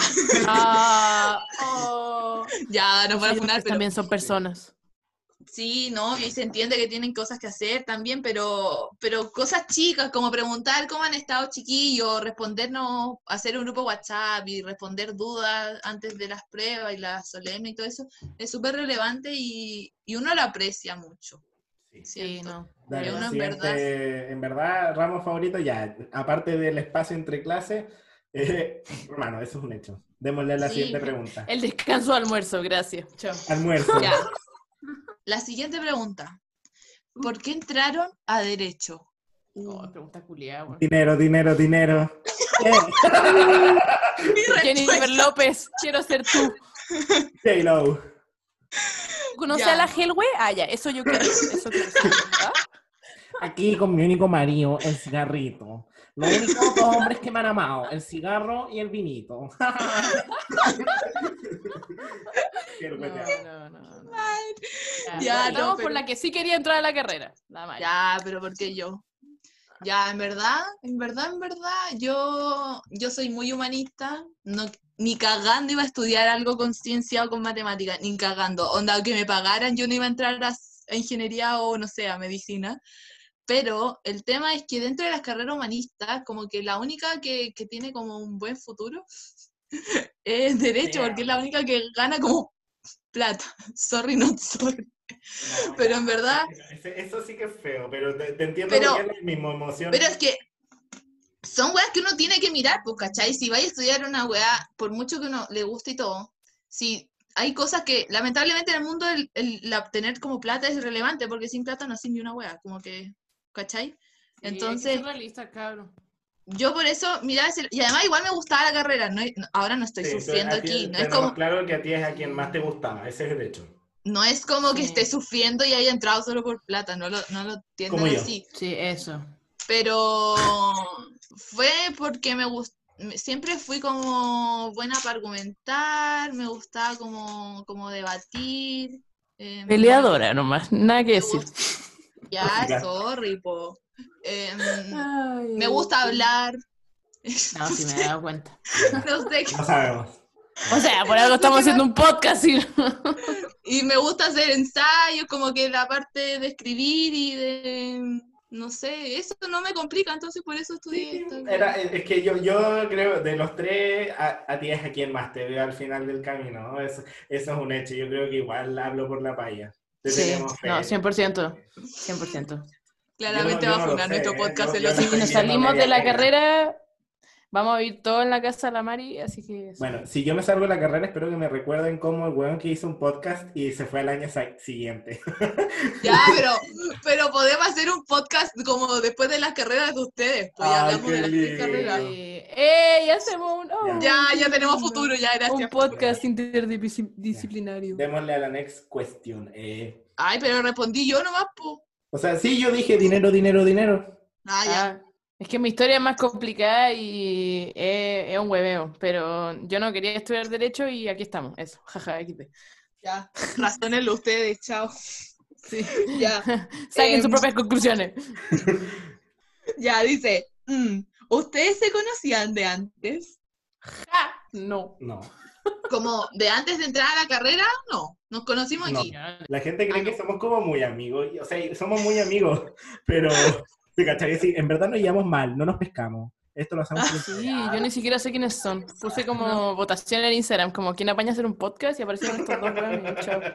Ah, oh. Ya, nos Los van a funar, ayudantes pero también son personas. sí, no, y se entiende que tienen cosas que hacer también, pero, pero cosas chicas, como preguntar cómo han estado chiquillos, respondernos, hacer un grupo WhatsApp y responder dudas antes de las pruebas y las solemnes y todo eso, es súper relevante y, y uno lo aprecia mucho. Sí. Sí, Siento. no. Dale, uno en siguiente, verdad- en verdad, ramo favorito, ya, aparte del espacio entre clases, eh, Romano, eso es un hecho. Démosle la Sí. siguiente pregunta. El descanso de almuerzo, gracias. Chao. Almuerzo. Ya. La siguiente pregunta. ¿Por qué entraron a Derecho? Oh, pregunta culiada, weón. Dinero, dinero, dinero. Eh, Jennifer López, quiero ser tú. J-Lo. ¿Conoces Ya. a la Hellway? Ah, ya, eso yo quiero. Eso quiero ser. ¿Ah? Aquí con mi único marido, el cigarrito. Los únicos dos hombres que me han amado, el cigarro y el vinito. Qué No, rupeteado. no, no. no. Ya, Ya, no, vamos pero- por la que sí quería entrar a la carrera. Nada más. Ya, pero ¿por qué yo? Ya, en verdad, en verdad, en verdad, yo, yo soy muy humanista, no, ni cagando iba a estudiar algo con ciencia o con matemática, ni cagando. Onda, que me pagaran, yo no iba a entrar a, a ingeniería o, no sé, a medicina. Pero el tema es que dentro de las carreras humanistas, como que la única que, que tiene como un buen futuro es derecho, Yeah. porque es la única que gana como plata. Sorry, not sorry. No, Pero ya, en verdad, Eso, eso sí que es feo, pero te, te entiendo Pero- porque es la misma emoción. pero es que son weas que uno tiene que mirar, pues, ¿cachai? Si vais a estudiar una wea, por mucho que uno le guste y todo, si hay cosas que, lamentablemente en el mundo, el, el- la- tener como plata es relevante, porque sin plata no haces ni una wea, como que, ¿cachai? Sí, hay que Entonces, ser realista, cabrón. yo por eso, mira, ese- y además igual me gustaba la carrera, no, no- ahora no estoy Sí, sufriendo a ti aquí, no es tenemos como, claro que a ti es a quien más te gustaba, ese es el hecho. no es como que Sí. esté sufriendo y haya entrado solo por plata, no lo, no lo entiendan Como yo. así. Sí, eso. Pero fue porque me gustó, siempre fui como buena para argumentar, me gustaba como, como debatir. eh, no Peleadora nomás, nada que me decir. gust- ya, Tóxica. sorry, po. Em, Ay, me gusta hablar. No, sí me he dado cuenta. No sé, No sabemos. O sea, por algo No sé estamos qué haciendo un podcast y... y me gusta hacer ensayos, como que la parte de escribir y de, no sé, eso no me complica, entonces por eso estudié Sí, esta era, wea. es que yo, yo creo, de los tres, a, a ti es a quien más te veo al final del camino, ¿no? Eso, eso es un hecho, yo creo que igual hablo por la paya. Te Sí, tenemos fe. no, cien por ciento. cien por ciento. Claramente yo no- va a yo no lo funar sé, nuestro ¿eh? podcast Yo- en yo los no Si estoy nos viendo salimos de media la bola. carrera, vamos a vivir todo en la casa de la Mari, así que... eso. Bueno, si yo me salgo de la carrera, espero que me recuerden como el weón que hizo un podcast y se fue al año sa- siguiente. Ya, pero, pero podemos hacer un podcast como después de las carreras de ustedes, pues ya Ay, hablamos qué de las tres lindo. carreras. Eh, ¡Eh! Ya hacemos un... oh, Ya, qué ya tenemos lindo. futuro, ya, gracias. Un podcast interdisciplinario. Démosle a la next question. Eh, Ay, pero respondí yo nomás, po. o sea, sí, yo dije dinero, dinero, dinero. Ah, ya. Ah, es que mi historia es más complicada y es, es un hueveo, pero yo no quería estudiar Derecho y aquí estamos, eso, jaja, equis de. Ya, razónenlo ustedes, chao. Sí. Ya, Saquen Em, sus propias conclusiones. ya, dice, mm, ¿ustedes se conocían de antes? Ja, no. No. Como de antes de entrar a la carrera, no. Nos conocimos No. aquí. La gente cree Ah, que no. somos como muy amigos. y- O sea, somos muy amigos, pero ¿te cachai? Sí, en verdad nos llevamos mal, no nos pescamos. Esto lo hacemos por Sí, yo ni siquiera sé quiénes son. Puse como votación en Instagram, como quién apaña a hacer un podcast y aparecieron estos dos weones y chao.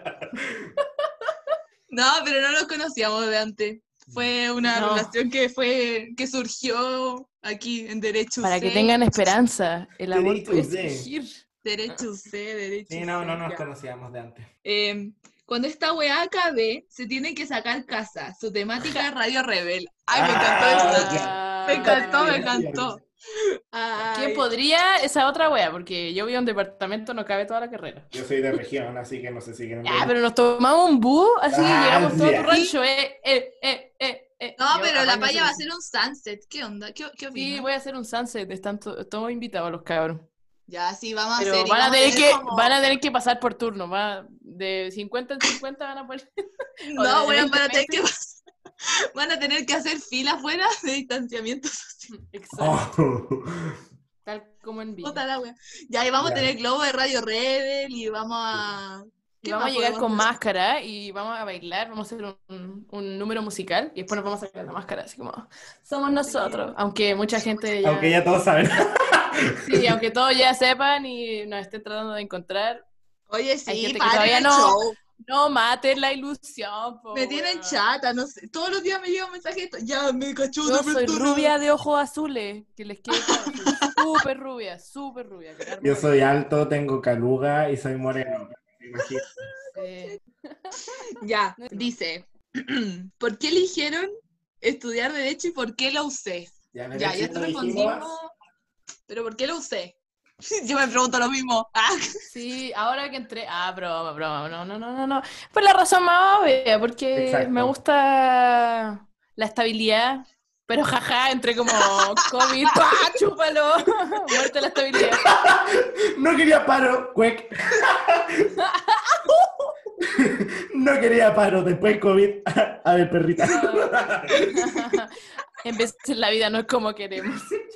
No, pero no nos conocíamos de antes. Fue una No. relación que fue, que surgió aquí en Derecho Para C. que tengan esperanza, el amor Derecho puede C. surgir. Derecho C, Derecho Sí, no, C, no nos ya. conocíamos de antes. Eh, cuando esta weá acabe, se tiene que sacar casa. Su temática es Radio Rebel. Ay, me encantó Ah, esta. ya. Me encantó, me Ah, encantó. ¿Quién Ay, podría esa otra wea? Porque yo vivo en un departamento, no cabe toda la carrera. Yo soy de región, así que no sé si quieren Ya, ver. pero nos tomamos un búho, así Ah, llegamos todos ya. a tu rancho, eh, eh, eh, eh, eh. no, Yo pero la apaño paya va a eso. ser un sunset. ¿Qué onda? ¿Qué, qué Sí, opinas? voy a hacer un sunset, están to- todos invitados los cabros. Ya, sí, vamos a Pero hacer. y van a, vamos tener tener que, como- van a tener que pasar por turno, va, de cincuenta en cincuenta van a poner. o No, de weón, veinte van a en tener que veinte. van a tener que hacer fila afuera de distanciamiento social. Exacto, Oh. tal como en Villa. Puta la wea. Ya, y vamos Ya. a tener globo de Radio Rebel y vamos a. Y ¿qué vamos a más llegar podemos con hacer? máscara y vamos a bailar, vamos a hacer un, un número musical y después nos vamos a sacar la máscara, así como, somos nosotros. Aunque mucha gente ya... Aunque ya todos saben. Sí, aunque todos ya sepan y nos estén tratando de encontrar, Oye, Hay sí, gente que paren todavía el no- show. no maten la ilusión, po, Me tienen weón. chata, no sé. Todos los días me llega un mensaje. Ya, me cachó Yo otra soy persona. rubia de ojos azules, que les quede claro, soy súper rubia, súper rubia. que arma Yo la soy alto, tengo caluga y soy moreno. Imagínate. Sí. Ya, No. dice. ¿Por qué eligieron estudiar Derecho y por qué lo usé? Ya, Ya, ya te respondimos. Pero ¿por qué lo usé? Yo me pregunto lo mismo. Ah, Sí, ahora que entré. Ah, broma, broma. No, no, no, no, no. Por la razón más obvia, porque Exacto. me gusta la estabilidad. Pero jaja, entré como COVID. ¡Pah! ¡Chúpalo! Muerte la estabilidad. No quería paro, cuec. No quería paro, después COVID. A ver, perrita. En vez de la vida no es como queremos.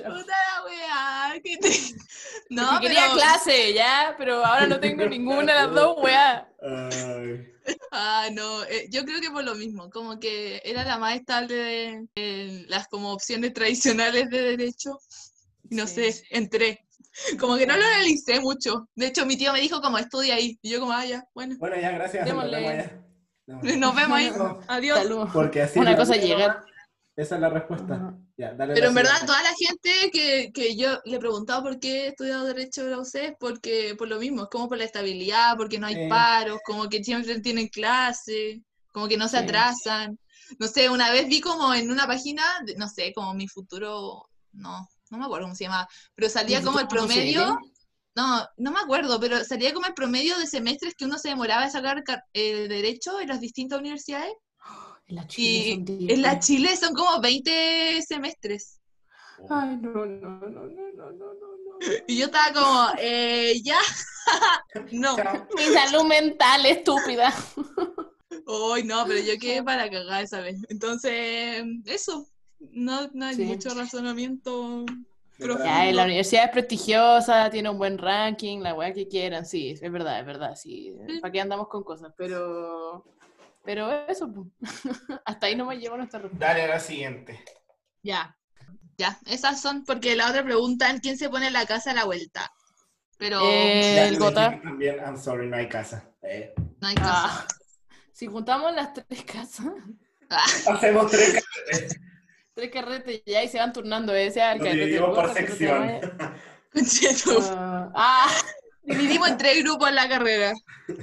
Chao. Puta la weá, que te... No, Porque quería pero... clase, ya, pero ahora no tengo ninguna de las dos, weá. Ay, Ah, no, eh, yo creo que por lo mismo, como que era la más estable de eh, las como opciones tradicionales de derecho. No Sí. sé, entré. Como que no lo analicé mucho. De hecho, mi tío me dijo como estudia ahí. Y yo como, ah, ya, bueno. bueno, ya, gracias. Nos Démosle. vemos allá. Démosle. Nos vemos ahí. No, Adiós. Salud. porque así Una es la cosa vida llegar. nomás. Esa es la respuesta. Ajá. Ya, dale Pero la en verdad, siguiente. toda la gente que, que yo le he preguntado por qué he estudiado Derecho de la U C es porque, por lo mismo, es como por la estabilidad, porque no hay Sí. paros, como que siempre tienen clase, como que no se Sí. atrasan. No sé, una vez vi como en una página, de- no sé, como mi futuro, no, no me acuerdo cómo se llama, pero salía como el promedio, no, no me acuerdo, pero salía como el promedio de semestres que uno se demoraba en sacar car- eh, Derecho en las distintas universidades. En la Chile son Y diez. en la Chile son como veinte semestres. Ay, no, no, no, no, no, no, no, no. Y yo estaba como, eh, ya, no. Chao. Mi salud mental, estúpida. Hoy no, pero yo quedé para cagar esa vez. Entonces, eso. No, no hay Sí. mucho razonamiento De Ya, profundo. la universidad es prestigiosa, tiene un buen ranking, la weá que quieran, sí, es verdad, es verdad, sí. Sí. ¿Para qué andamos con cosas? Pero, pero eso, pues. Hasta ahí no me llevo nuestra respuesta. Dale a la siguiente. Ya, ya. Esas son, porque la otra pregunta en quién se pone la casa a la vuelta. Pero Eh, Ya el lo Gota. dijimos también, I'm sorry, no hay casa. Eh, no hay casa. Ah, si juntamos las tres casas, Ah, Hacemos tres casas. tres carretes ya y se van turnando, ese sea el Lo carrete del dividimos Gota, por el carrete de la sección. Maya. conchetu. Ah, ah, Dividimos en tres grupos en la carrera.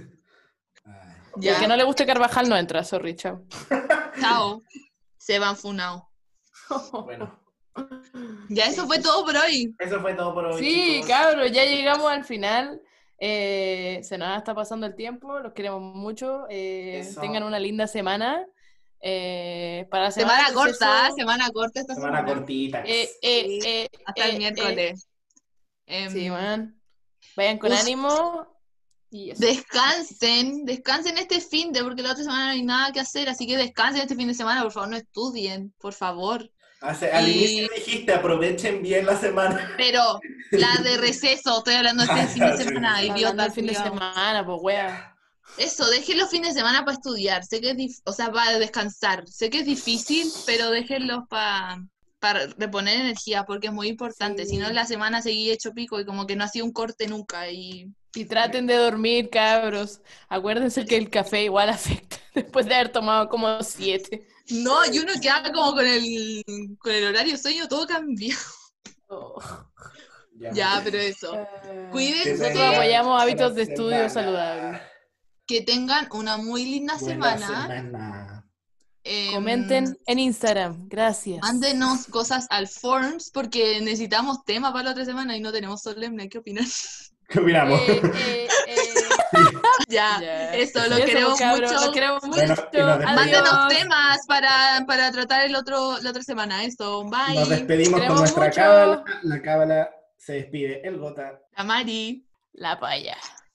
Ay, el Ya, que no le guste Carvajal no entra, sorry, chao. chao. Se van funao. Bueno, Ya, eso fue todo por hoy. eso fue todo por hoy, Sí, chicos. cabros, ya llegamos al final. Eh, se nos está pasando el tiempo, los queremos mucho. Eh, Eso. tengan una linda semana. Eh, para la semana, Semana de corta, receso, semana corta esta Semana semana. cortita. eh, eh, Sí, eh, hasta el eh, miércoles. eh. Em, Sí, man. Vayan con us- ánimo. Y eso. Descansen, descansen este fin de, porque la otra semana no hay nada que hacer, así que descansen este fin de semana, por favor, no estudien, por favor. Hace- al Y- inicio dijiste, aprovechen bien la semana. Pero la de receso, estoy hablando de este Ah, fin de ya, sí, semana, sí, sí. Hablando idiota. del fin de culiao. semana, pues wea. Eso, dejen los fines de semana para estudiar, sé que es dif- o sea, para descansar, sé que es difícil, pero déjenlos para para reponer energía, porque es muy importante, Sí. si no la semana seguí hecho pico y como que no ha sido un corte nunca y... Y traten de dormir, cabros. Acuérdense que el café igual afecta después de haber tomado como siete. No, y uno queda como con el, con el horario de sueño todo cambiado. Oh. Ya, Ya, pero eso. Eh, Cuídense. Nosotros tengan apoyamos hábitos buena de estudio semana. saludables. Que tengan una muy linda Buena semana. semana. Em, Comenten en Instagram. Gracias. Mándenos cosas al Forms porque necesitamos tema para la otra semana y no tenemos solemne. ¿Qué opinan? ¿Qué opinamos? Eh, eh, eh. Ya, Ya. eso, lo Eso, queremos cabros, mucho. los queremos mucho. Bueno, y nos despedimos. Mándenos Adiós. temas para, para tratar el otro, la otra semana. Eso, bye. Nos despedimos con Queremos nuestra mucho. cábala. La cábala se despide el Gota. La Mari. La paya.